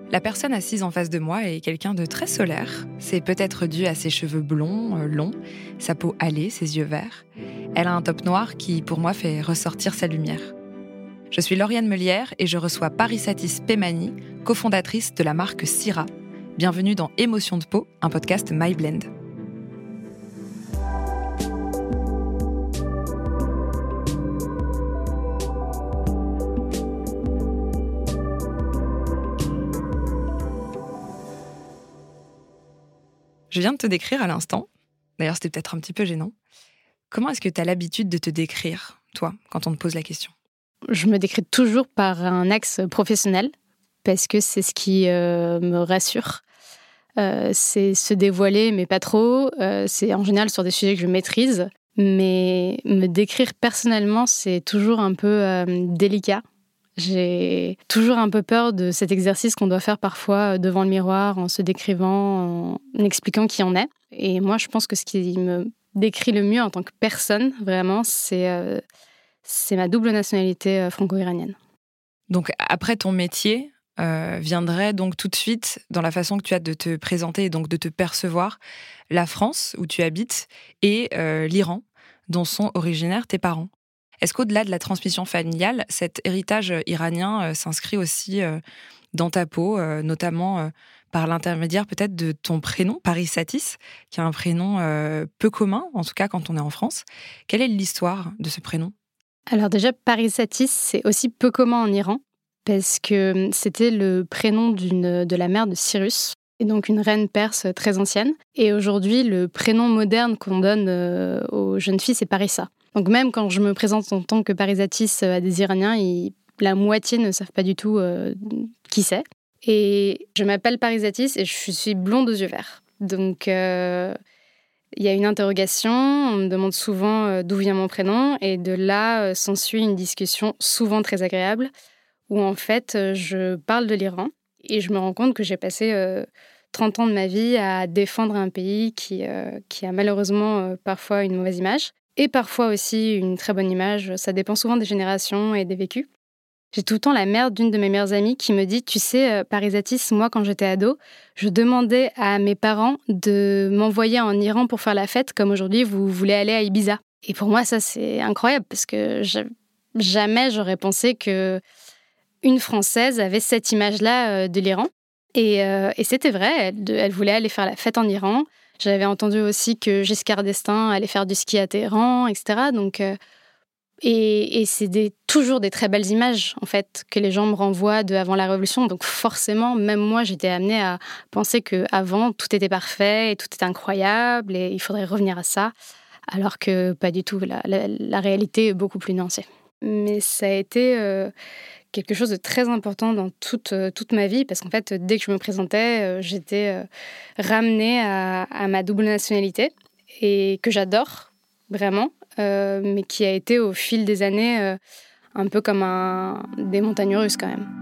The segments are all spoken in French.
La personne assise en face de moi est quelqu'un de très solaire. C'est peut-être dû à ses cheveux blonds, longs, sa peau hâlée, ses yeux verts. Elle a un top noir qui, pour moi, fait ressortir sa lumière. Je suis Lauriane Meulière et je reçois Parysatis Pemani, cofondatrice de la marque Cira. Bienvenue dans Émotion de peau, un podcast My Blend. Je viens de te décrire à l'instant. D'ailleurs, c'était peut-être un petit peu gênant. Comment est-ce que tu as l'habitude de te décrire, toi, quand on te pose la question ? Je me décris toujours par un axe professionnel, parce que c'est ce qui me rassure. C'est se dévoiler, mais pas trop. C'est en général sur des sujets que je maîtrise. Mais me décrire personnellement, c'est toujours un peu délicat. J'ai toujours un peu peur de cet exercice qu'on doit faire parfois devant le miroir, en se décrivant, en expliquant qui on est. Et moi, je pense que ce qui me décrit le mieux en tant que personne, vraiment, c'est ma double nationalité franco-iranienne. Donc, après ton métier, viendrait donc tout de suite, dans la façon que tu as de te présenter et donc de te percevoir, la France, où tu habites, et l'Iran, dont sont originaires tes parents. Est-ce qu'au-delà de la transmission familiale, cet héritage iranien s'inscrit aussi dans ta peau, notamment par l'intermédiaire peut-être de ton prénom, Parysatis, qui est un prénom peu commun, en tout cas quand on est en France. Quelle est l'histoire de ce prénom ? Alors déjà, Parysatis, c'est aussi peu commun en Iran, parce que c'était le prénom de la mère de Cyrus, et donc une reine perse très ancienne. Et aujourd'hui, le prénom moderne qu'on donne aux jeunes filles, c'est Parissa. Donc même quand je me présente en tant que Parysatis à des Iraniens, la moitié ne savent pas du tout qui c'est. Et je m'appelle Parysatis et je suis blonde aux yeux verts. Donc il y a une interrogation, on me demande souvent d'où vient mon prénom, et de là s'ensuit une discussion souvent très agréable, où en fait je parle de l'Iran et je me rends compte que j'ai passé 30 ans de ma vie à défendre un pays qui a malheureusement parfois une mauvaise image. Et parfois aussi une très bonne image. Ça dépend souvent des générations et des vécus. J'ai tout le temps la mère d'une de mes meilleures amies qui me dit « Tu sais, Parysatis, moi, quand j'étais ado, je demandais à mes parents de m'envoyer en Iran pour faire la fête, comme aujourd'hui, vous voulez aller à Ibiza. » Et pour moi, ça, c'est incroyable, parce que jamais j'aurais pensé qu'une Française avait cette image-là de l'Iran. Et c'était vrai, elle voulait aller faire la fête en Iran. J'avais entendu aussi que Giscard d'Estaing allait faire du ski à Téhéran, etc. Donc, et c'est toujours des très belles images, en fait, que les gens me renvoient d'avant la Révolution. Donc forcément, même moi, j'étais amenée à penser qu'avant, tout était parfait et tout était incroyable et il faudrait revenir à ça. Alors que pas du tout, la réalité est beaucoup plus nuancée. Mais ça a été quelque chose de très important dans toute ma vie, parce qu'en fait, dès que je me présentais, j'étais ramenée à ma double nationalité, et que j'adore, vraiment, mais qui a été au fil des années un peu comme des montagnes russes quand même.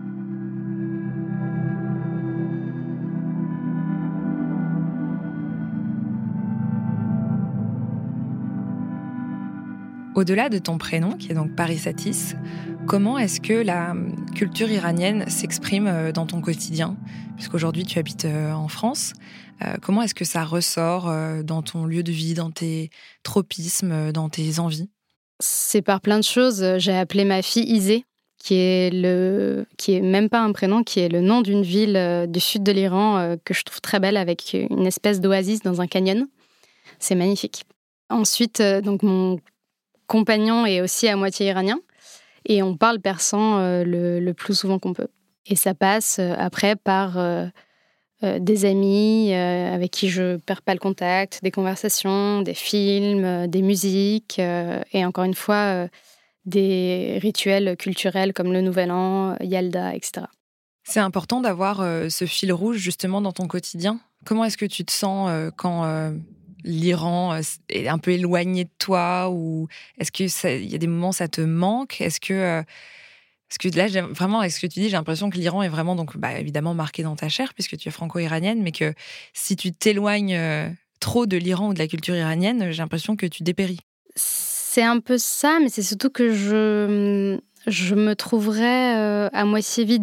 Au-delà de ton prénom, qui est donc Parysatis, comment est-ce que la culture iranienne s'exprime dans ton quotidien ? Puisqu'aujourd'hui, tu habites en France. Comment est-ce que ça ressort dans ton lieu de vie, dans tes tropismes, dans tes envies ? C'est par plein de choses. J'ai appelé ma fille Izé, qui est même pas un prénom, qui est le nom d'une ville du sud de l'Iran que je trouve très belle, avec une espèce d'oasis dans un canyon. C'est magnifique. Ensuite, donc mon compagnon est aussi à moitié iranien, et on parle persan le plus souvent qu'on peut. Et ça passe après par des amis avec qui je perds pas le contact, des conversations, des films, des musiques, et encore une fois, des rituels culturels comme le Nouvel An, Yalda, etc. C'est important d'avoir ce fil rouge justement dans ton quotidien. Comment est-ce que tu te sens quand l'Iran est un peu éloigné de toi, ou est-ce que y a des moments où ça te manque ? Est-ce que là, vraiment, avec ce que tu dis, j'ai l'impression que l'Iran est vraiment, donc, évidemment, marqué dans ta chair, puisque tu es franco-iranienne, mais que si tu t'éloignes trop de l'Iran ou de la culture iranienne, j'ai l'impression que tu dépéris. C'est un peu ça, mais c'est surtout que je me trouverais à moitié vide.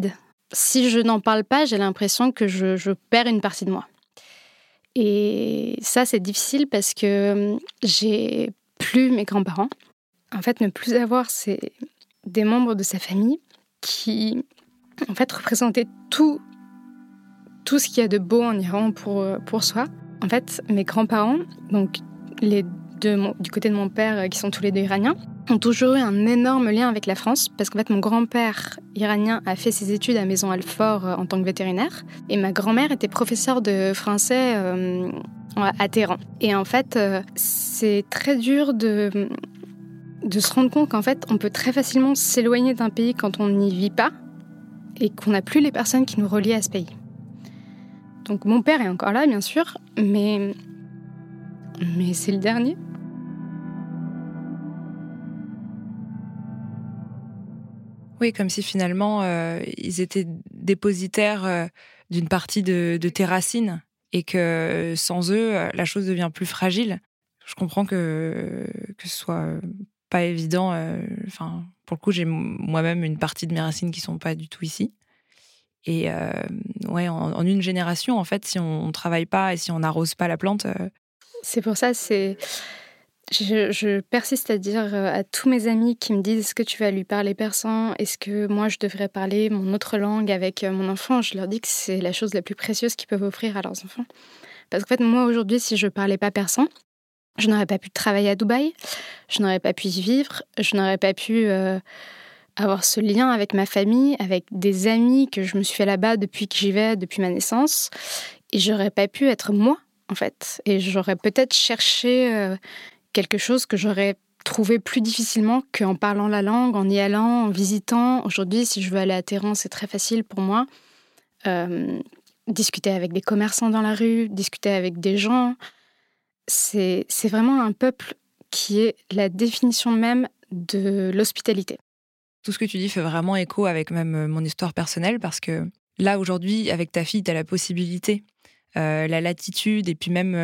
si je n'en parle pas, j'ai l'impression que je perds une partie de moi. Et ça, c'est difficile parce que j'ai plus mes grands-parents. En fait, ne plus avoir des membres de sa famille qui, en fait, représentaient tout ce qu'il y a de beau en Iran pour soi. En fait, mes grands-parents, donc du côté de mon père, qui sont tous les deux iraniens, ont toujours eu un énorme lien avec la France, parce qu'en fait, mon grand-père iranien a fait ses études à Maison Alfort en tant que vétérinaire, et ma grand-mère était professeure de français à Téhéran. Et en fait, c'est très dur de se rendre compte qu'en fait, on peut très facilement s'éloigner d'un pays quand on n'y vit pas, et qu'on n'a plus les personnes qui nous relient à ce pays. Donc mon père est encore là, bien sûr, mais c'est le dernier. Oui, comme si finalement, ils étaient dépositaires d'une partie de tes racines et que sans eux, la chose devient plus fragile. Je comprends que ce soit pas évident. Pour le coup, j'ai moi-même une partie de mes racines qui sont pas du tout ici. Et ouais, en une génération, en fait, si on travaille pas et si on n'arrose pas la plante... C'est pour ça, je persiste à dire à tous mes amis qui me disent « Est-ce que tu vas lui parler persan ? Est-ce que moi, je devrais parler mon autre langue avec mon enfant ?» Je leur dis que c'est la chose la plus précieuse qu'ils peuvent offrir à leurs enfants. Parce qu'en fait, moi, aujourd'hui, si je parlais pas persan, je n'aurais pas pu travailler à Dubaï, je n'aurais pas pu y vivre, je n'aurais pas pu avoir ce lien avec ma famille, avec des amis que je me suis fait là-bas depuis que j'y vais, depuis ma naissance. Et j'aurais pas pu être moi, en fait. Et j'aurais peut-être cherché quelque chose que j'aurais trouvé plus difficilement qu'en parlant la langue, en y allant, en visitant. Aujourd'hui, si je veux aller à Téhéran, c'est très facile pour moi. Discuter avec des commerçants dans la rue, discuter avec des gens. C'est vraiment un peuple qui est la définition même de l'hospitalité. Tout ce que tu dis fait vraiment écho avec même mon histoire personnelle, parce que là, aujourd'hui, avec ta fille, tu as la possibilité, la latitude et puis même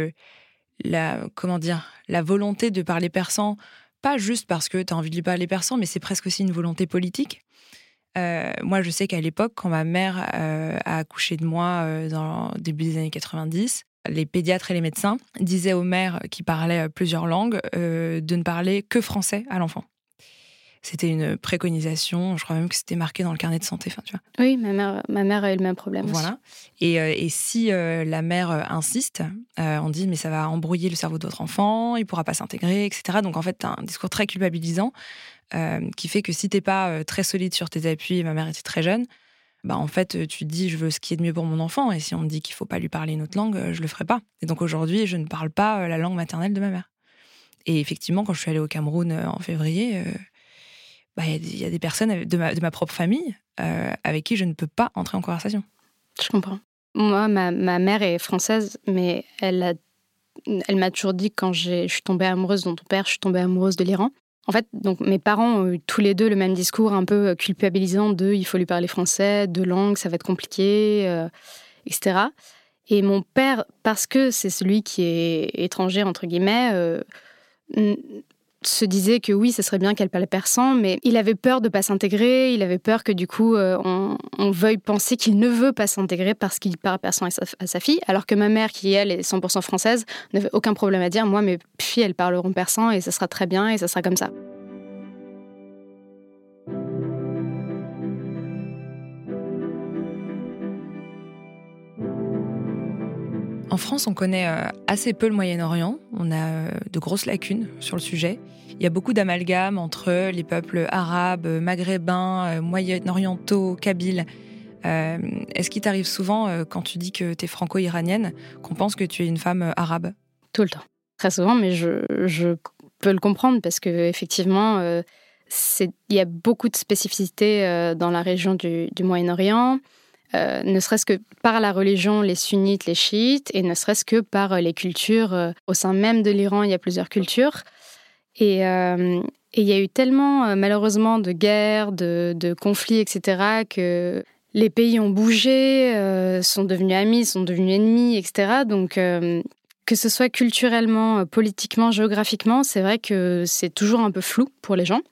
la volonté de parler persan, pas juste parce que tu as envie de lui parler persan, mais c'est presque aussi une volonté politique. Moi, je sais qu'à l'époque, quand ma mère a accouché de moi dans le début des années 90, les pédiatres et les médecins disaient aux mères qui parlaient plusieurs langues de ne parler que français à l'enfant. C'était une préconisation, je crois même que c'était marqué dans le carnet de santé. Tu vois. Oui, ma mère a eu le même problème voilà. aussi. Et si la mère insiste, on dit « mais ça va embrouiller le cerveau de votre enfant, il ne pourra pas s'intégrer, etc. » Donc en fait, tu as un discours très culpabilisant qui fait que si tu n'es pas très solide sur tes appuis, et ma mère était très jeune, en fait, tu te dis « je veux ce qui est de mieux pour mon enfant » et si on me dit qu'il ne faut pas lui parler une autre langue, je ne le ferai pas. Et donc aujourd'hui, je ne parle pas la langue maternelle de ma mère. Et effectivement, quand je suis allée au Cameroun en février... y a des personnes de ma propre famille avec qui je ne peux pas entrer en conversation. Je comprends. Moi, ma mère est française, mais elle m'a toujours dit, quand je suis tombée amoureuse de ton père, je suis tombée amoureuse de l'Iran. En fait, donc mes parents ont eu tous les deux le même discours un peu culpabilisant de « il faut lui parler français, deux langues, ça va être compliqué, etc. » Et mon père, parce que c'est celui qui est étranger, entre guillemets, se disait que oui, ça serait bien qu'elle parle persan, mais il avait peur de ne pas s'intégrer, il avait peur que du coup, on veuille penser qu'il ne veut pas s'intégrer parce qu'il parle persan à sa fille, alors que ma mère, qui elle est 100% française, n'avait aucun problème à dire « moi, mes filles, elles parleront persan et ça sera très bien et ça sera comme ça ». En France, on connaît assez peu le Moyen-Orient. On a de grosses lacunes sur le sujet. Il y a beaucoup d'amalgames entre les peuples arabes, maghrébins, moyen-orientaux, kabyles. Est-ce qu'il t'arrive souvent, quand tu dis que tu es franco-iranienne, qu'on pense que tu es une femme arabe ? Tout le temps. Très souvent, mais je peux le comprendre parce qu'effectivement, il y a beaucoup de spécificités dans la région du Moyen-Orient. Ne serait-ce que par la religion, les sunnites, les chiites, et ne serait-ce que par les cultures. Au sein même de l'Iran, il y a plusieurs cultures. Et il y a eu tellement, malheureusement, de guerres, de conflits, etc., que les pays ont bougé, sont devenus amis, sont devenus ennemis, etc. Donc, que ce soit culturellement, politiquement, géographiquement, c'est vrai que c'est toujours un peu flou pour les gens.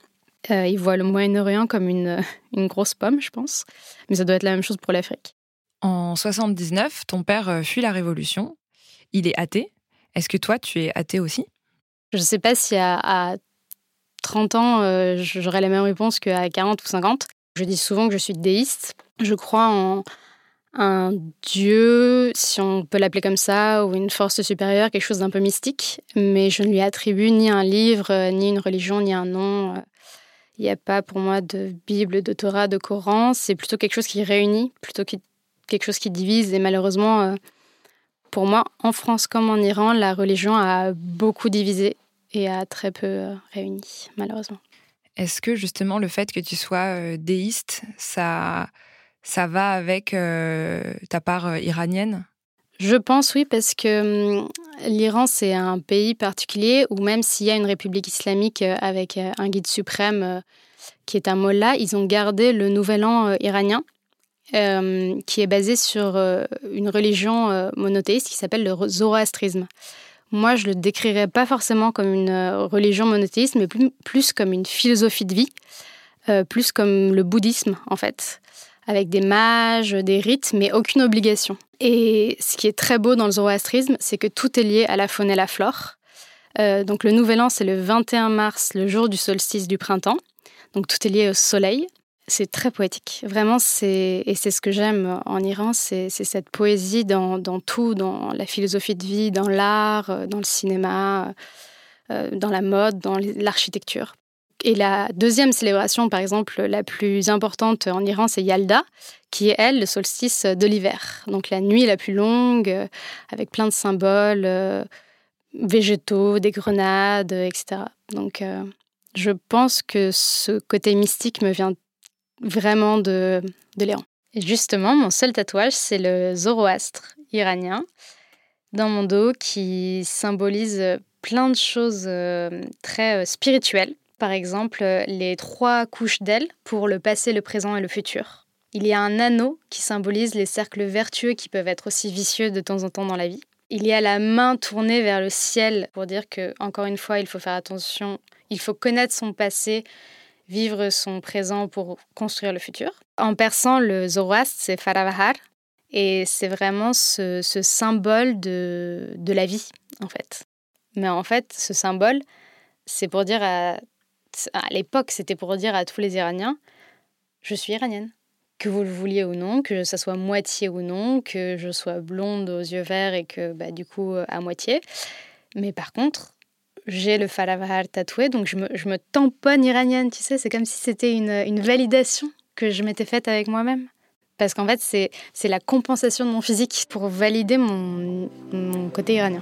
Ils voient le Moyen-Orient comme une grosse pomme, je pense. Mais ça doit être la même chose pour l'Afrique. En 79, ton père fuit la Révolution. Il est athée. Est-ce que toi, tu es athée aussi ? Je ne sais pas si à 30 ans, j'aurais la même réponse qu'à 40 ou 50. Je dis souvent que je suis déiste. Je crois en un dieu, si on peut l'appeler comme ça, ou une force supérieure, quelque chose d'un peu mystique. Mais je ne lui attribue ni un livre, ni une religion, ni un nom. Il n'y a pas pour moi de Bible, de Torah, de Coran. C'est plutôt quelque chose qui réunit, plutôt que quelque chose qui divise. Et malheureusement, pour moi, en France comme en Iran, la religion a beaucoup divisé et a très peu réuni, malheureusement. Est-ce que justement le fait que tu sois déiste, ça va avec ta part iranienne ? Je pense oui, parce que l'Iran, c'est un pays particulier où même s'il y a une république islamique avec un guide suprême qui est un mollah, ils ont gardé le nouvel an iranien qui est basé sur une religion monothéiste qui s'appelle le zoroastrisme. Moi, je le décrirais pas forcément comme une religion monothéiste, mais plus comme une philosophie de vie, plus comme le bouddhisme, en fait, avec des mages, des rites, mais aucune obligation. Et ce qui est très beau dans le zoroastrisme, c'est que tout est lié à la faune et la flore. Donc le nouvel an, c'est le 21 mars, le jour du solstice du printemps. Donc tout est lié au soleil. C'est très poétique. Vraiment, c'est ce que j'aime en Iran, c'est cette poésie dans tout, dans la philosophie de vie, dans l'art, dans le cinéma, dans la mode, dans l'architecture. Et la deuxième célébration, par exemple, la plus importante en Iran, c'est Yalda, qui est, elle, le solstice de l'hiver. Donc la nuit la plus longue, avec plein de symboles végétaux, des grenades, etc. Donc je pense que ce côté mystique me vient vraiment de l'Iran. Et justement, mon seul tatouage, c'est le zoroastre iranien dans mon dos qui symbolise plein de choses très spirituelles. Par exemple, les 3 couches d'ailes pour le passé, le présent et le futur. Il y a un anneau qui symbolise les cercles vertueux qui peuvent être aussi vicieux de temps en temps dans la vie. Il y a la main tournée vers le ciel pour dire que, encore une fois, il faut faire attention, il faut connaître son passé, vivre son présent pour construire le futur. En persan, le zoroastre, c'est Faravahar, et c'est vraiment ce symbole de la vie, en fait. Mais en fait, ce symbole, c'est pour dire à l'époque, c'était pour dire à tous les Iraniens, je suis iranienne. Que vous le vouliez ou non, que ça soit moitié ou non, que je sois blonde aux yeux verts et que du coup à moitié. Mais par contre, j'ai le Faravahar tatoué, donc je me tamponne iranienne, tu sais, c'est comme si c'était une validation que je m'étais faite avec moi-même. Parce qu'en fait, c'est la compensation de mon physique pour valider mon côté iranien.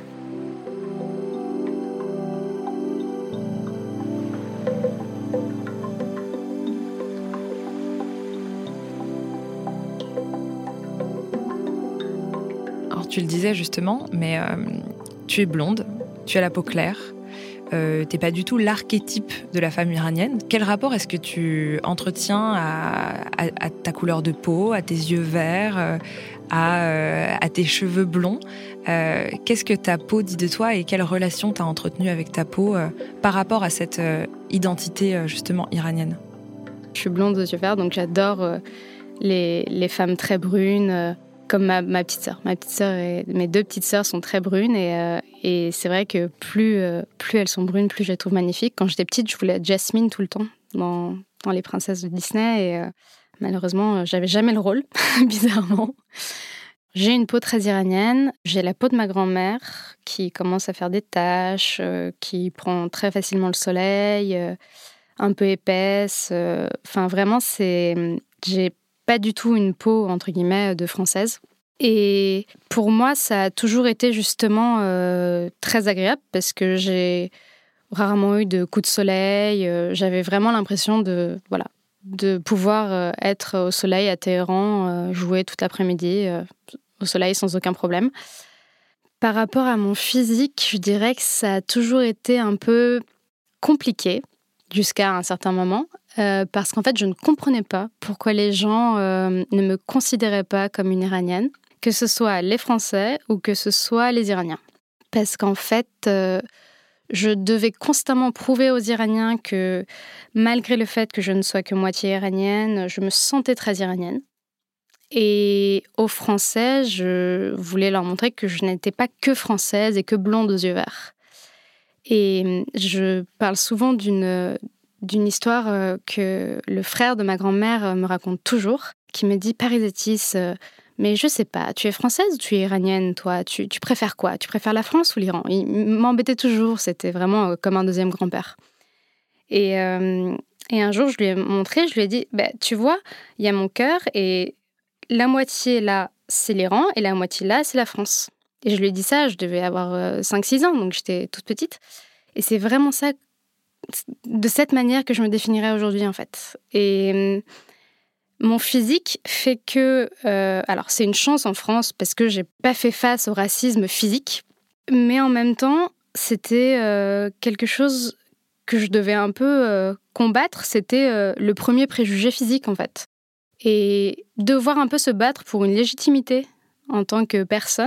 Alors tu le disais justement, mais tu es blonde, tu as la peau claire, t'es pas du tout l'archétype de la femme iranienne. Quel rapport est-ce que tu entretiens à ta couleur de peau, à tes yeux verts, à tes cheveux blonds ? Qu'est-ce que ta peau dit de toi et quelle relation t'as entretenue avec ta peau par rapport à cette identité justement iranienne ? Je suis blonde aux yeux verts, donc j'adore les femmes très brunes, comme ma petite sœur. Ma petite sœur et mes 2 petites sœurs sont très brunes et c'est vrai que plus elles sont brunes, plus je les trouve magnifiques. Quand j'étais petite, je voulais être Jasmine tout le temps dans les princesses de Disney et malheureusement, j'avais jamais le rôle, bizarrement. J'ai une peau très iranienne. J'ai la peau de ma grand-mère qui commence à faire des taches, qui prend très facilement le soleil, un peu épaisse. Enfin, vraiment, j'ai pas du tout une peau, entre guillemets, de française. Et pour moi, ça a toujours été justement très agréable parce que j'ai rarement eu de coups de soleil. J'avais vraiment l'impression de pouvoir être au soleil à Téhéran, jouer toute l'après-midi au soleil sans aucun problème. Par rapport à mon physique, je dirais que ça a toujours été un peu compliqué jusqu'à un certain moment. Parce qu'en fait, je ne comprenais pas pourquoi les gens ne me considéraient pas comme une Iranienne, que ce soit les Français ou que ce soit les Iraniens. Parce qu'en fait, je devais constamment prouver aux Iraniens que, malgré le fait que je ne sois que moitié iranienne, je me sentais très iranienne. Et aux Français, je voulais leur montrer que je n'étais pas que française et que blonde aux yeux verts. Et je parle souvent d'une histoire que le frère de ma grand-mère me raconte toujours, qui me dit « Parisatis, mais je sais pas, tu es française ou tu es iranienne, toi? Tu préfères quoi? Tu préfères la France ou l'Iran ?» Il m'embêtait toujours, c'était vraiment comme un deuxième grand-père. Et un jour, je lui ai montré, je lui ai dit bah, « Tu vois, il y a mon cœur et la moitié là, c'est l'Iran et la moitié là, c'est la France. » Et je lui ai dit ça, je devais avoir 5-6 ans, donc j'étais toute petite. Et c'est vraiment ça, de cette manière que je me définirais aujourd'hui, en fait. Et mon physique fait que... alors, c'est une chance en France, parce que j'ai pas fait face au racisme physique. Mais en même temps, c'était quelque chose que je devais un peu combattre. C'était le premier préjugé physique, en fait. Et devoir un peu se battre pour une légitimité en tant que personne,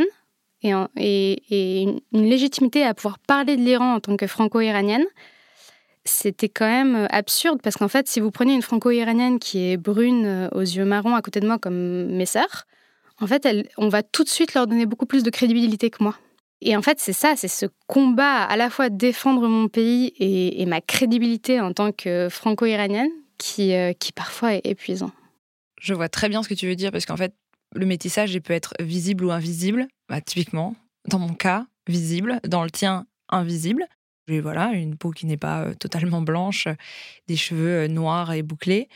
et une légitimité à pouvoir parler de l'Iran en tant que franco-iranienne, c'était quand même absurde, parce qu'en fait, si vous prenez une franco-iranienne qui est brune aux yeux marrons à côté de moi comme mes sœurs, en fait, on va tout de suite leur donner beaucoup plus de crédibilité que moi. Et en fait, c'est ça, c'est ce combat à la fois défendre mon pays et ma crédibilité en tant que franco-iranienne qui parfois est épuisant. Je vois très bien ce que tu veux dire, parce qu'en fait, le métissage, il peut être visible ou invisible. Bah, typiquement, dans mon cas, visible. Dans le tien, invisible. J'ai une peau qui n'est pas totalement blanche, des cheveux noirs et bouclés.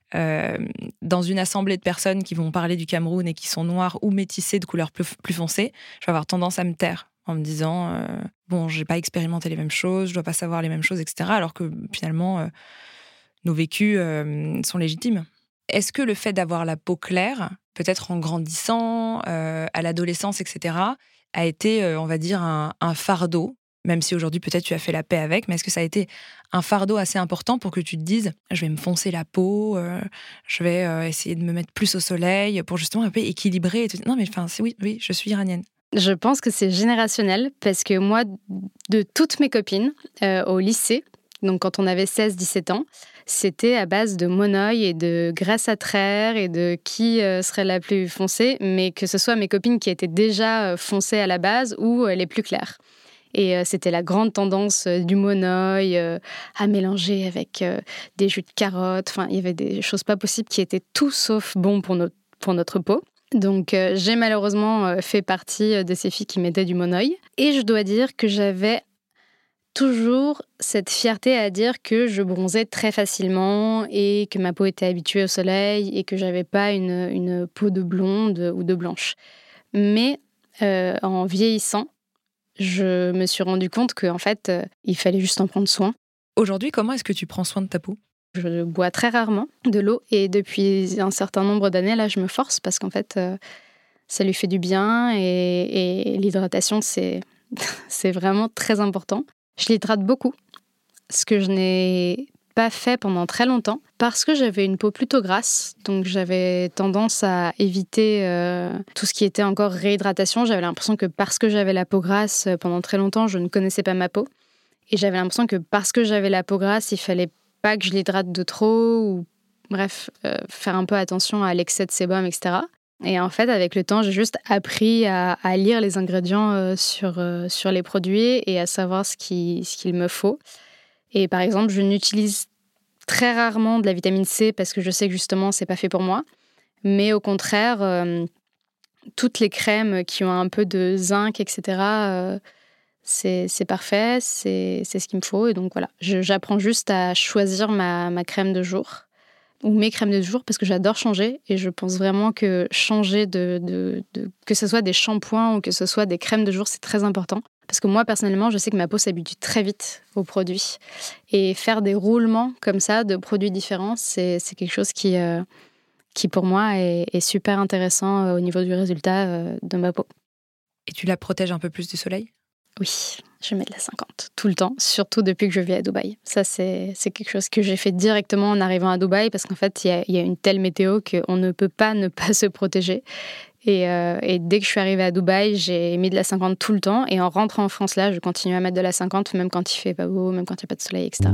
Dans une assemblée de personnes qui vont parler du Cameroun et qui sont noires ou métissées de couleur plus foncée, je vais avoir tendance à me taire en me disant bon, j'ai pas expérimenté les mêmes choses, je dois pas savoir les mêmes choses, etc. Alors que finalement, nos vécus sont légitimes. Est-ce que le fait d'avoir la peau claire, peut-être en grandissant, à l'adolescence, etc., a été, on va dire, un fardeau, même si aujourd'hui peut-être tu as fait la paix avec, mais est-ce que ça a été un fardeau assez important pour que tu te dises « je vais me foncer la peau, je vais essayer de me mettre plus au soleil pour justement un peu équilibrer » et te dire « non mais oui, je suis iranienne ». Je pense que c'est générationnel, parce que moi, de toutes mes copines au lycée, donc quand on avait 16-17 ans, c'était à base de monoeil et de graisse à traire et de qui serait la plus foncée, mais que ce soit mes copines qui étaient déjà foncées à la base ou les plus claires. Et c'était la grande tendance du monoeil à mélanger avec des jus de carottes. Enfin, il y avait des choses pas possibles qui étaient tout sauf bons pour notre peau. Donc, j'ai malheureusement fait partie de ces filles qui mettaient du monoeil. Et je dois dire que j'avais toujours cette fierté à dire que je bronzais très facilement et que ma peau était habituée au soleil et que j'avais pas une peau de blonde ou de blanche. Mais en vieillissant, je me suis rendu compte qu'en fait, il fallait juste en prendre soin. Aujourd'hui, comment est-ce que tu prends soin de ta peau ? Je bois très rarement de l'eau et depuis un certain nombre d'années, là, je me force parce qu'en fait, ça lui fait du bien et l'hydratation, c'est vraiment très important. Je l'hydrate beaucoup, ce que je n'ai pas fait pendant très longtemps parce que j'avais une peau plutôt grasse, donc j'avais tendance à éviter tout ce qui était encore réhydratation. J'avais l'impression que parce que j'avais la peau grasse pendant très longtemps, je ne connaissais pas ma peau. Et j'avais l'impression que parce que j'avais la peau grasse, il fallait pas que je l'hydrate de trop ou bref, faire un peu attention à l'excès de sébum, etc. Et en fait, avec le temps, j'ai juste appris à lire les ingrédients sur les produits et à savoir ce qu'il me faut. Et par exemple, je n'utilise très rarement de la vitamine C parce que je sais que justement, c'est pas fait pour moi. Mais au contraire, toutes les crèmes qui ont un peu de zinc, etc., c'est parfait, c'est ce qu'il me faut. Et donc voilà, j'apprends juste à choisir ma crème de jour. Ou mes crèmes de jour, parce que j'adore changer et je pense vraiment que changer que ce soit des shampoings ou que ce soit des crèmes de jour, c'est très important. Parce que moi, personnellement, je sais que ma peau s'habitue très vite aux produits. Et faire des roulements comme ça de produits différents, c'est quelque chose qui pour moi, est super intéressant au niveau du résultat de ma peau. Et tu la protèges un peu plus du soleil ? Oui, je mets de la 50 tout le temps, surtout depuis que je vis à Dubaï. Ça, c'est quelque chose que j'ai fait directement en arrivant à Dubaï parce qu'en fait, il y a une telle météo qu'on ne peut pas ne pas se protéger. Et dès que je suis arrivée à Dubaï, j'ai mis de la 50 tout le temps. Et en rentrant en France, là, je continue à mettre de la 50, même quand il fait pas beau, même quand il n'y a pas de soleil, etc.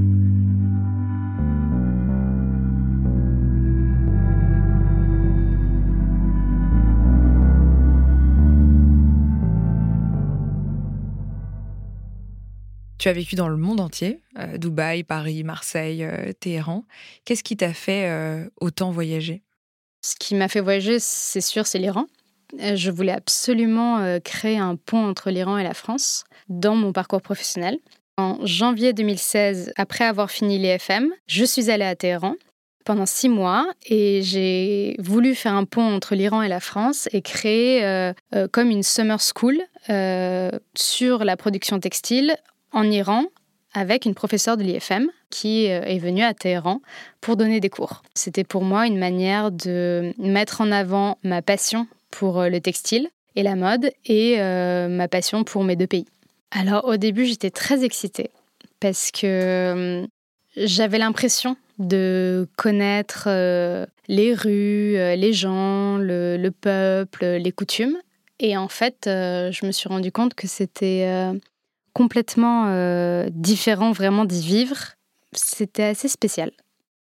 Tu as vécu dans le monde entier, Dubaï, Paris, Marseille, Téhéran. Qu'est-ce qui t'a fait autant voyager ? Ce qui m'a fait voyager, c'est sûr, c'est l'Iran. Je voulais absolument créer un pont entre l'Iran et la France dans mon parcours professionnel. En janvier 2016, après avoir fini l'IFM, je suis allée à Téhéran pendant 6 mois et j'ai voulu faire un pont entre l'Iran et la France et créer comme une summer school sur la production textile en Iran avec une professeure de l'IFM qui est venue à Téhéran pour donner des cours. C'était pour moi une manière de mettre en avant ma passion pour le textile et la mode et ma passion pour mes 2 pays. Alors au début, j'étais très excitée parce que j'avais l'impression de connaître les rues, les gens, le peuple, les coutumes. Et en fait, je me suis rendu compte que c'était complètement différent vraiment d'y vivre. C'était assez spécial.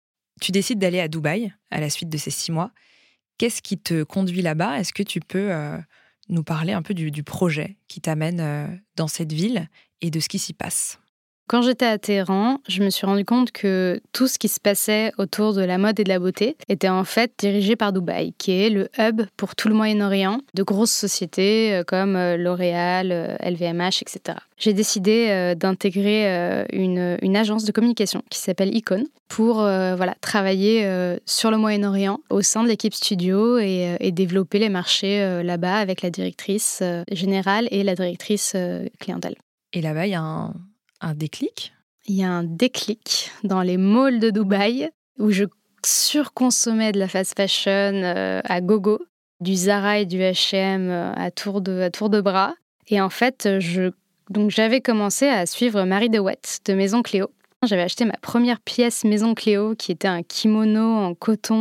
Tu décides d'aller à Dubaï à la suite de ces 6 mois. Qu'est-ce qui te conduit là-bas ? Est-ce que tu peux nous parler un peu du projet qui t'amène dans cette ville et de ce qui s'y passe ? Quand j'étais à Téhéran, je me suis rendu compte que tout ce qui se passait autour de la mode et de la beauté était en fait dirigé par Dubaï, qui est le hub pour tout le Moyen-Orient, de grosses sociétés comme L'Oréal, LVMH, etc. J'ai décidé d'intégrer une agence de communication qui s'appelle Icon pour travailler sur le Moyen-Orient au sein de l'équipe studio et développer les marchés là-bas avec la directrice générale et la directrice clientèle. Et là-bas, il y a un déclic ? Il y a un déclic dans les malls de Dubaï où je surconsommais de la fast fashion à gogo, du Zara et du H&M à tour de bras. Et en fait, j'avais commencé à suivre Marie DeWitt de Maison Cléo. J'avais acheté ma première pièce Maison Cléo qui était un kimono en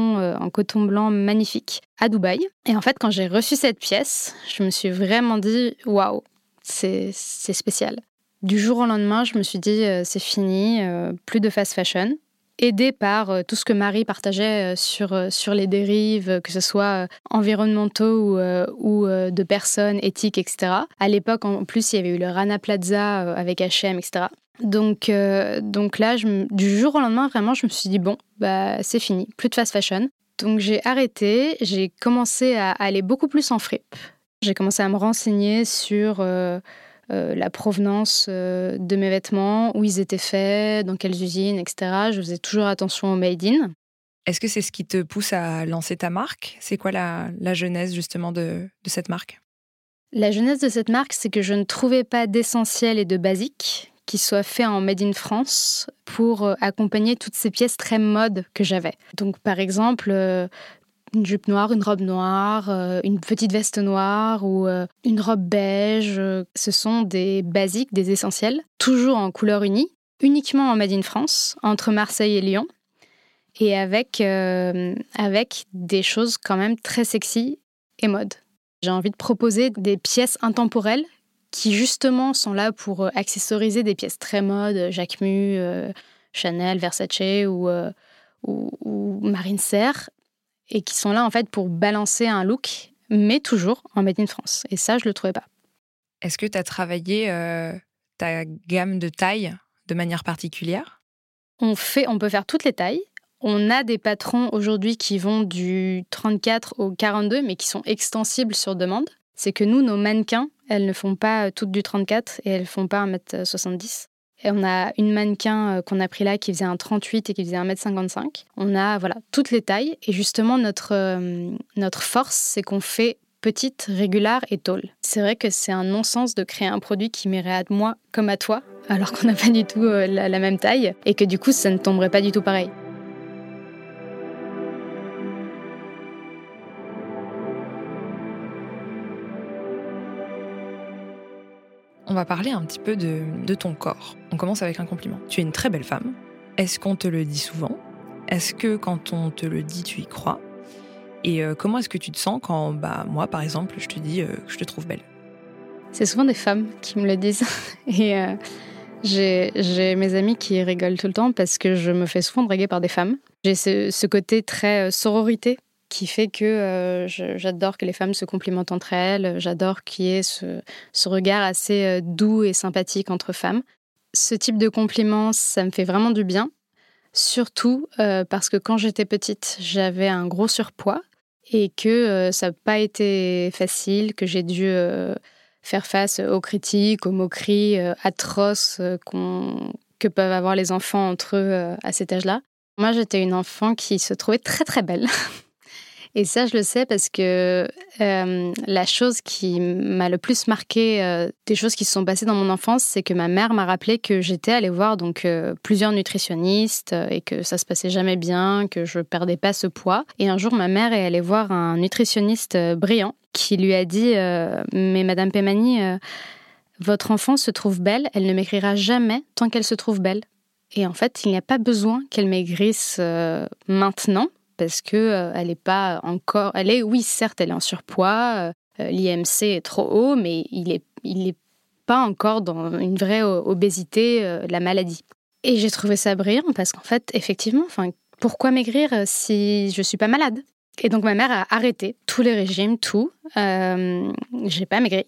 coton blanc magnifique à Dubaï. Et en fait, quand j'ai reçu cette pièce, je me suis vraiment dit « Waouh, c'est spécial ». Du jour au lendemain, je me suis dit c'est fini, plus de fast fashion. Aidée par tout ce que Marie partageait sur les dérives, que ce soit environnementaux ou de personnes, éthiques, etc. À l'époque, en plus, il y avait eu le Rana Plaza avec H&M, etc. Donc là, du jour au lendemain, vraiment, je me suis dit bon, c'est fini, plus de fast fashion. Donc j'ai arrêté, j'ai commencé à aller beaucoup plus en fripe. J'ai commencé à me renseigner sur la provenance de mes vêtements, où ils étaient faits, dans quelles usines, etc. Je faisais toujours attention au made in. Est-ce que c'est ce qui te pousse à lancer ta marque ? C'est quoi la genèse justement de cette marque ? La genèse de cette marque, c'est que je ne trouvais pas d'essentiel et de basique qui soit fait en Made in France pour accompagner toutes ces pièces très mode que j'avais. Donc par exemple, une jupe noire, une robe noire, une petite veste noire ou une robe beige. Ce sont des basiques, des essentiels, toujours en couleur unie, uniquement en Made in France, entre Marseille et Lyon, et avec des choses quand même très sexy et mode. J'ai envie de proposer des pièces intemporelles qui justement sont là pour accessoriser des pièces très mode, Jacquemus, Chanel, Versace ou Marine Serre, et qui sont là en fait pour balancer un look, mais toujours en Made in France. Et ça, je le trouvais pas. Est-ce que tu as travaillé ta gamme de tailles de manière particulière ? On peut faire toutes les tailles. On a des patrons aujourd'hui qui vont du 34 au 42, mais qui sont extensibles sur demande. C'est que nous, nos mannequins, elles ne font pas toutes du 34 et elles ne font pas 1m70. Et on a une mannequin qu'on a pris là qui faisait un 38 et qui faisait 1m55. On a toutes les tailles. Et justement, notre force, c'est qu'on fait petite, régulière et tall. C'est vrai que c'est un non-sens de créer un produit qui m'irait à moi comme à toi, alors qu'on n'a pas du tout la même taille. Et que du coup, ça ne tomberait pas du tout pareil. On va parler un petit peu de ton corps. On commence avec un compliment. Tu es une très belle femme. Est-ce qu'on te le dit souvent ? Est-ce que quand on te le dit, tu y crois ? Et comment est-ce que tu te sens quand, moi, par exemple, je te dis que je te trouve belle? C'est souvent des femmes qui me le disent. Et j'ai mes amis qui rigolent tout le temps parce que je me fais souvent draguer par des femmes. J'ai ce côté très sororité qui fait que j'adore que les femmes se complimentent entre elles. J'adore qu'il y ait ce regard assez doux et sympathique entre femmes. Ce type de compliments, ça me fait vraiment du bien. Surtout parce que quand j'étais petite, j'avais un gros surpoids et que ça n'a pas été facile, que j'ai dû faire face aux critiques, aux moqueries atroces que peuvent avoir les enfants entre eux à cet âge-là. Moi, j'étais une enfant qui se trouvait très très belle. Et ça, je le sais parce que la chose qui m'a le plus marquée des choses qui se sont passées dans mon enfance, c'est que ma mère m'a rappelé que j'étais allée voir plusieurs nutritionnistes et que ça se passait jamais bien, que je perdais pas ce poids. Et un jour, ma mère est allée voir un nutritionniste brillant qui lui a dit mais Madame Pemani, votre enfant se trouve belle, elle ne maigrira jamais tant qu'elle se trouve belle. Et en fait, il n'y a pas besoin qu'elle maigrisse maintenant. Parce que elle est pas encore... Oui, certes, elle est en surpoids, l'IMC est trop haut, mais il est pas encore dans une vraie obésité, la maladie. Et j'ai trouvé ça brillant parce qu'en fait, effectivement, pourquoi maigrir si je suis pas malade? Et donc ma mère a arrêté tous les régimes, tout. J'ai pas maigri.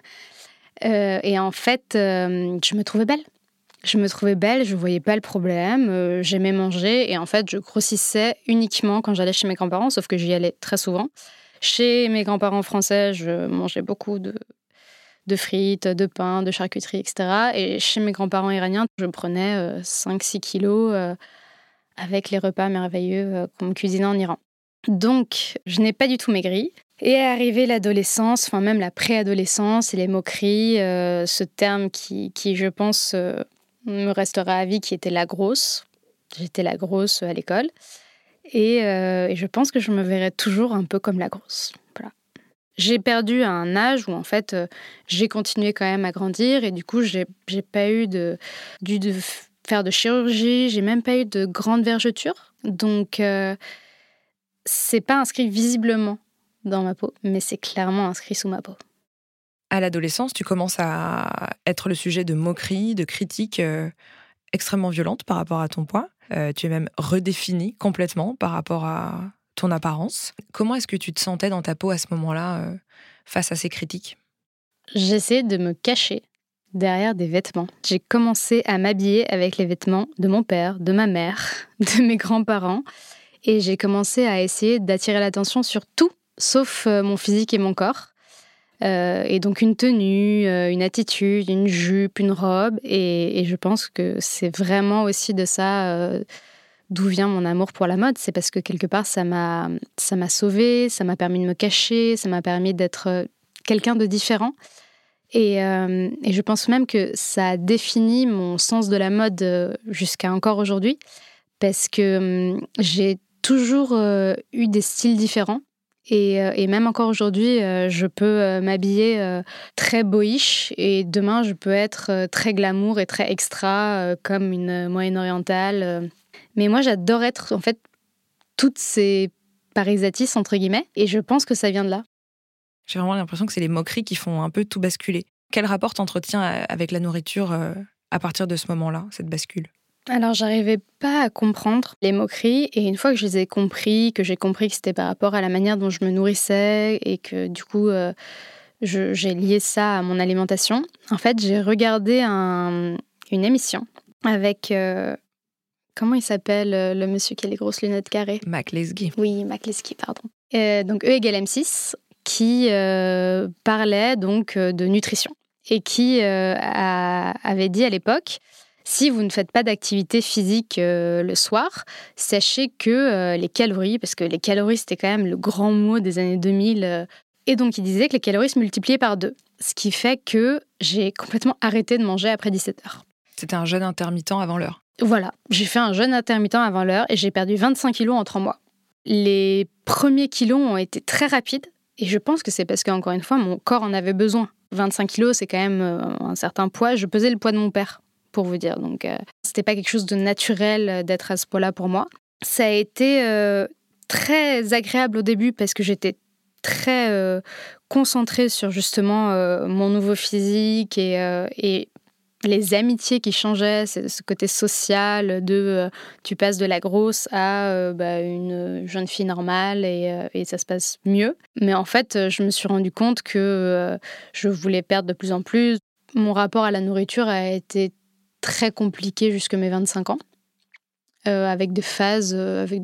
Et en fait, je me trouvais belle. Je me trouvais belle, je voyais pas le problème, j'aimais manger et en fait, je grossissais uniquement quand j'allais chez mes grands-parents, sauf que j'y allais très souvent. Chez mes grands-parents français, je mangeais beaucoup de frites, de pain, de charcuterie, etc. Et chez mes grands-parents iraniens, je prenais 5-6 kilos avec les repas merveilleux qu'on me cuisinait en Iran. Donc, je n'ai pas du tout maigri. Et est arrivée l'adolescence, même la préadolescence et les moqueries, ce terme qui je pense... me restera à vie, qui était la grosse. J'étais la grosse à l'école. Et je pense que je me verrai toujours un peu comme la grosse. Voilà. J'ai perdu à un âge où, en fait, j'ai continué quand même à grandir. Et du coup, j'ai pas eu de faire de chirurgie. J'ai même pas eu de grande vergeture. Donc, c'est pas inscrit visiblement dans ma peau, mais c'est clairement inscrit sous ma peau. À l'adolescence, tu commences à être le sujet de moqueries, de critiques extrêmement violentes par rapport à ton poids. Tu es même redéfinie complètement par rapport à ton apparence. Comment est-ce que tu te sentais dans ta peau à ce moment-là face à ces critiques? J'essayais de me cacher derrière des vêtements. J'ai commencé à m'habiller avec les vêtements de mon père, de ma mère, de mes grands-parents. Et j'ai commencé à essayer d'attirer l'attention sur tout, sauf mon physique et mon corps. Et donc une tenue, une attitude, une jupe, une robe. Et je pense que c'est vraiment aussi de ça d'où vient mon amour pour la mode. C'est parce que quelque part, ça m'a sauvée, ça m'a permis de me cacher, ça m'a permis d'être quelqu'un de différent. Et je pense même que ça a défini mon sens de la mode jusqu'à encore aujourd'hui. Parce que j'ai toujours eu des styles différents. Et même encore aujourd'hui, je peux m'habiller très boyish et demain, je peux être très glamour et très extra comme une moyenne-orientale. Mais moi, j'adore être en fait toutes ces parisatis, entre guillemets, et je pense que ça vient de là. J'ai vraiment l'impression que c'est les moqueries qui font un peu tout basculer. Quel rapport t'entretiens avec la nourriture à partir de ce moment-là, cette bascule? Alors, j'arrivais pas à comprendre les moqueries et une fois que je les ai compris, que j'ai compris que c'était par rapport à la manière dont je me nourrissais et que du coup, j'ai lié ça à mon alimentation, en fait, j'ai regardé une émission avec... comment il s'appelle le monsieur qui a les grosses lunettes carrées? Mac Lesguy. Oui, Mac Lesguy, pardon. Donc, E égale M6, qui parlait donc de nutrition et qui avait dit à l'époque... Si vous ne faites pas d'activité physique le soir, sachez que les calories, parce que les calories, c'était quand même le grand mot des années 2000, et donc il disait que les calories se multipliaient par 2. Ce qui fait que j'ai complètement arrêté de manger après 17h. C'était un jeûne intermittent avant l'heure. Voilà, j'ai fait un jeûne intermittent avant l'heure et j'ai perdu 25 kilos en 3 mois. Les premiers kilos ont été très rapides et je pense que c'est parce qu'encore une fois, mon corps en avait besoin. 25 kilos, c'est quand même un certain poids. Je pesais le poids de mon père, pour vous dire. Donc, c'était pas quelque chose de naturel d'être à ce poids-là pour moi. Ça a été très agréable au début parce que j'étais très concentrée sur justement mon nouveau physique et les amitiés qui changeaient, ce côté social de tu passes de la grosse à une jeune fille normale et ça se passe mieux. Mais en fait, je me suis rendu compte que je voulais perdre de plus en plus. Mon rapport à la nourriture a été très compliqué jusqu'à mes 25 ans, avec des phases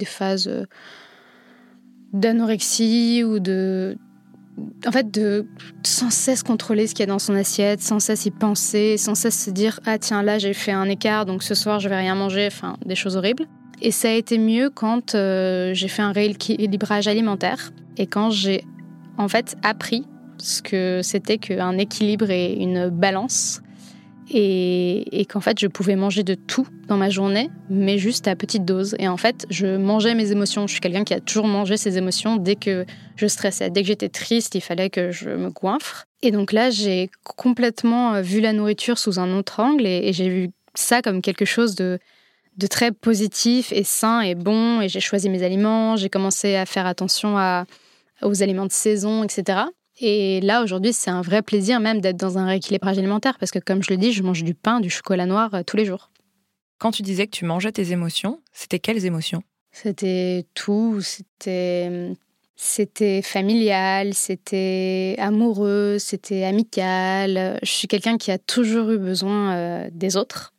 d'anorexie ou en fait, de sans cesse contrôler ce qu'il y a dans son assiette, sans cesse y penser, sans cesse se dire « Ah tiens, là, j'ai fait un écart, donc ce soir, je vais rien manger », enfin, des choses horribles. Et ça a été mieux quand j'ai fait un rééquilibrage alimentaire et quand j'ai, en fait, appris ce que c'était qu'un équilibre et une balance et qu'en fait, je pouvais manger de tout dans ma journée, mais juste à petite dose. Et en fait, je mangeais mes émotions. Je suis quelqu'un qui a toujours mangé ses émotions dès que je stressais. Dès que j'étais triste, il fallait que je me goinfre. Et donc là, j'ai complètement vu la nourriture sous un autre angle et j'ai vu ça comme quelque chose de très positif et sain et bon. Et j'ai choisi mes aliments, j'ai commencé à faire attention aux aliments de saison, etc. Et là, aujourd'hui, c'est un vrai plaisir même d'être dans un rééquilibrage alimentaire parce que, comme je le dis, je mange du pain, du chocolat noir tous les jours. Quand tu disais que tu mangeais tes émotions, c'était quelles émotions ? C'était tout. C'était familial, c'était amoureux, c'était amical. Je suis quelqu'un qui a toujours eu besoin des autres.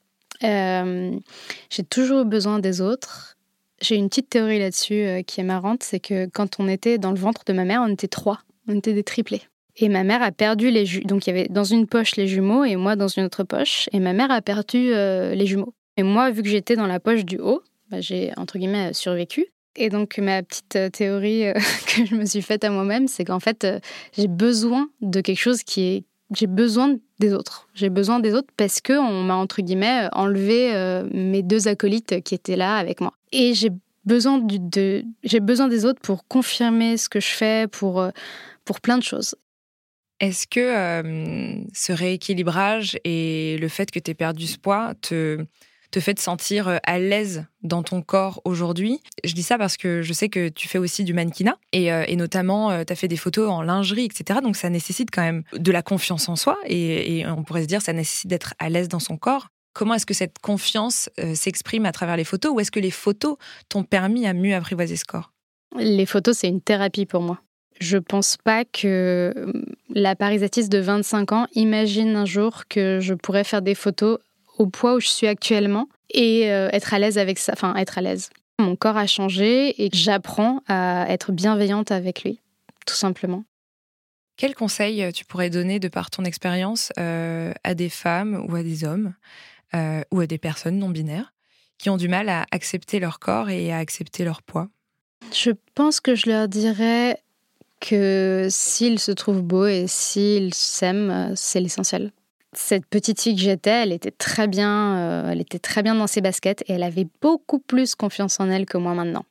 J'ai toujours eu besoin des autres. J'ai une petite théorie là-dessus qui est marrante, c'est que quand on était dans le ventre de ma mère, on était 3. On était des triplés. Et ma mère a perdu les jumeaux. Donc, il y avait dans une poche les jumeaux et moi dans une autre poche. Et ma mère a perdu les jumeaux. Et moi, vu que j'étais dans la poche du haut, j'ai, entre guillemets, survécu. Et donc, ma petite théorie que je me suis faite à moi-même, c'est qu'en fait, j'ai besoin de quelque chose j'ai besoin des autres. J'ai besoin des autres parce qu'on m'a, entre guillemets, enlevé mes 2 acolytes qui étaient là avec moi. Et j'ai besoin des autres pour confirmer ce que je fais, pour plein de choses. Est-ce que ce rééquilibrage et le fait que tu aies perdu ce poids te fait te sentir à l'aise dans ton corps aujourd'hui ? Je dis ça parce que je sais que tu fais aussi du mannequinat et notamment tu as fait des photos en lingerie, etc. Donc ça nécessite quand même de la confiance en soi et on pourrait se dire ça nécessite d'être à l'aise dans son corps. Comment est-ce que cette confiance s'exprime à travers les photos ou est-ce que les photos t'ont permis à mieux apprivoiser ce corps ? Les photos, c'est une thérapie pour moi. Je pense pas que la parisatiste de 25 ans imagine un jour que je pourrais faire des photos au poids où je suis actuellement et être à l'aise avec ça. Enfin, être à l'aise. Mon corps a changé et j'apprends à être bienveillante avec lui, tout simplement. Quel conseil tu pourrais donner de par ton expérience à des femmes ou à des hommes ou à des personnes non binaires qui ont du mal à accepter leur corps et à accepter leur poids ? Je pense que je leur dirais que s'ils se trouvent beaux et s'ils s'aiment, c'est l'essentiel. Cette petite fille que j'étais, elle était très bien dans ses baskets et elle avait beaucoup plus confiance en elle que moi maintenant.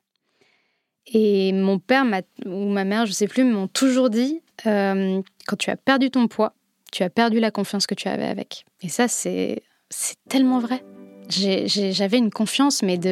Et mon père ou ma mère, je sais plus, m'ont toujours dit quand tu as perdu ton poids, tu as perdu la confiance que tu avais avec. Et ça, c'est tellement vrai. J'avais une confiance, mais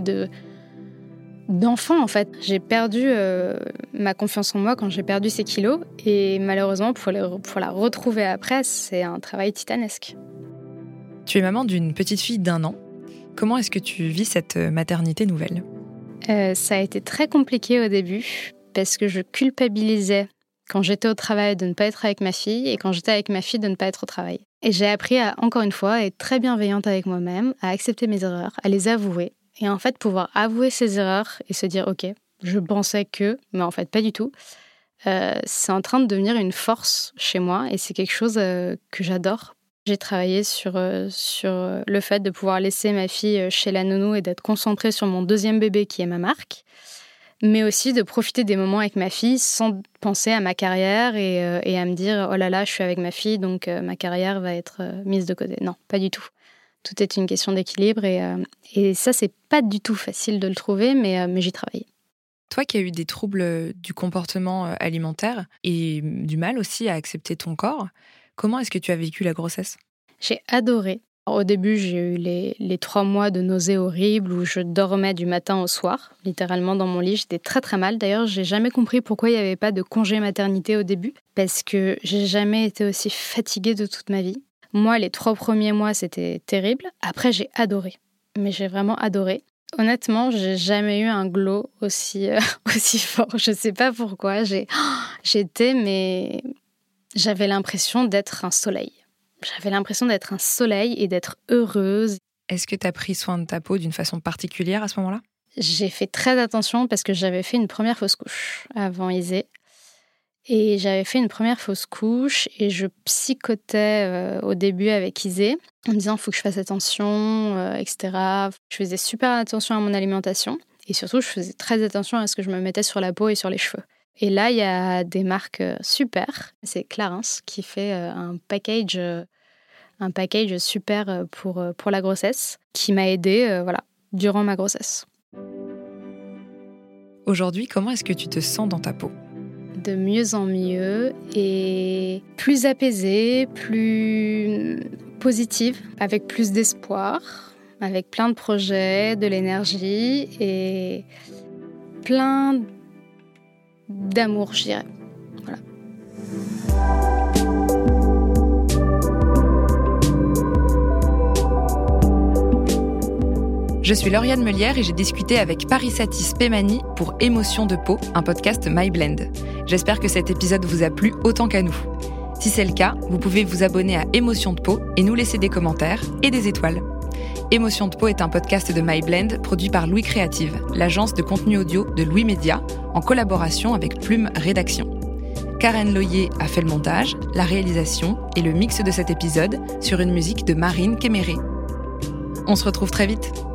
d'enfant, en fait. J'ai perdu ma confiance en moi quand j'ai perdu ces kilos. Et malheureusement, pour la retrouver après, c'est un travail titanesque. Tu es maman d'une petite fille d'1 an. Comment est-ce que tu vis cette maternité nouvelle ? Ça a été très compliqué au début parce que je culpabilisais quand j'étais au travail de ne pas être avec ma fille et quand j'étais avec ma fille de ne pas être au travail. Et j'ai appris à, encore une fois, être très bienveillante avec moi-même, à accepter mes erreurs, à les avouer. Et en fait, pouvoir avouer ses erreurs et se dire « Ok, je pensais que… » mais en fait, pas du tout. C'est en train de devenir une force chez moi et c'est quelque chose que j'adore. J'ai travaillé sur le fait de pouvoir laisser ma fille chez la nounou et d'être concentrée sur mon 2e bébé qui est ma marque, mais aussi de profiter des moments avec ma fille sans penser à ma carrière et à me dire « Oh là là, je suis avec ma fille, donc ma carrière va être mise de côté. » Non, pas du tout. Tout est une question d'équilibre et ça, c'est pas du tout facile de le trouver, mais j'y travaille. Toi qui as eu des troubles du comportement alimentaire et du mal aussi à accepter ton corps, comment est-ce que tu as vécu la grossesse ? J'ai adoré. Au début, j'ai eu les 3 mois de nausées horribles où je dormais du matin au soir, littéralement dans mon lit. J'étais très très mal. D'ailleurs, j'ai jamais compris pourquoi il n'y avait pas de congé maternité au début, parce que j'ai jamais été aussi fatiguée de toute ma vie. Moi, les 3 premiers mois, c'était terrible. Après, j'ai adoré. Mais j'ai vraiment adoré. Honnêtement, j'ai jamais eu un glow aussi fort. Je sais pas pourquoi. J'avais l'impression d'être un soleil. J'avais l'impression d'être un soleil et d'être heureuse. Est-ce que tu as pris soin de ta peau d'une façon particulière à ce moment-là ? J'ai fait très attention parce que j'avais fait une première fausse couche avant Isée. Et j'avais fait une première fausse couche et je psychotais au début avec Isée en me disant « faut que je fasse attention, etc. » Je faisais super attention à mon alimentation et surtout, je faisais très attention à ce que je me mettais sur la peau et sur les cheveux. Et là, il y a des marques super. C'est Clarins qui fait un package super pour la grossesse, qui m'a aidée durant ma grossesse. Aujourd'hui, comment est-ce que tu te sens dans ta peau ? De mieux en mieux et plus apaisée, plus positive, avec plus d'espoir, avec plein de projets, de l'énergie et plein d'amour, je dirais. Voilà. Je suis Lauriane Meulière et j'ai discuté avec Paris-Satis Pemani pour Émotion de peau, un podcast MyBlend. J'espère que cet épisode vous a plu autant qu'à nous. Si c'est le cas, vous pouvez vous abonner à Émotion de peau et nous laisser des commentaires et des étoiles. Émotion de peau est un podcast de MyBlend produit par Louis Créative, l'agence de contenu audio de Louis Média, en collaboration avec Plume Rédaction. Karen Loyer a fait le montage, la réalisation et le mix de cet épisode sur une musique de Marine Kéméré. On se retrouve très vite.